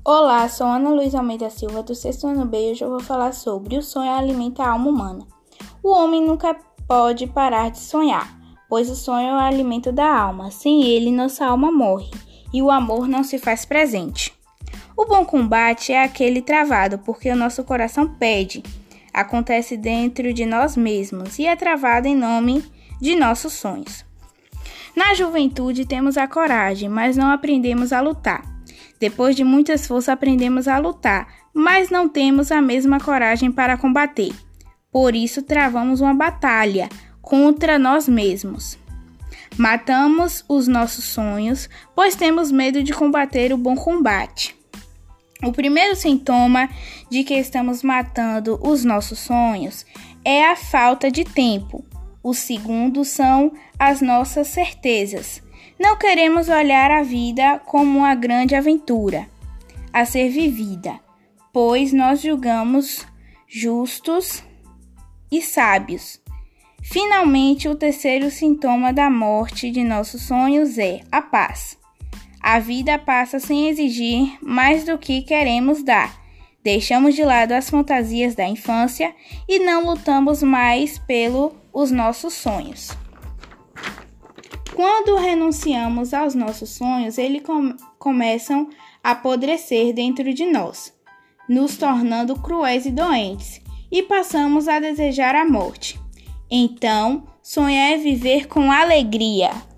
Olá, sou Ana Luísa Almeida Silva, do 6º ano B, e hoje eu vou falar sobre o sonho alimenta a alma humana. O homem nunca pode parar de sonhar, pois o sonho é o alimento da alma. Sem ele, nossa alma morre, e o amor não se faz presente. O bom combate é aquele travado, porque o nosso coração pede. Acontece dentro de nós mesmos e é travado em nome de nossos sonhos. Na juventude temos a coragem, mas não aprendemos a lutar. Depois de muito esforço aprendemos a lutar, mas não temos a mesma coragem para combater. Por isso travamos uma batalha contra nós mesmos. Matamos os nossos sonhos, pois temos medo de combater o bom combate. O primeiro sintoma de que estamos matando os nossos sonhos é a falta de tempo. O segundo são as nossas certezas. Não queremos olhar a vida como uma grande aventura a ser vivida, pois nós julgamos justos e sábios. Finalmente, o terceiro sintoma da morte de nossos sonhos é a paz. A vida passa sem exigir mais do que queremos dar. Deixamos de lado as fantasias da infância e não lutamos mais pelos nossos sonhos. Quando renunciamos aos nossos sonhos, eles começam a apodrecer dentro de nós, nos tornando cruéis e doentes, e passamos a desejar a morte. Então, sonhar é viver com alegria.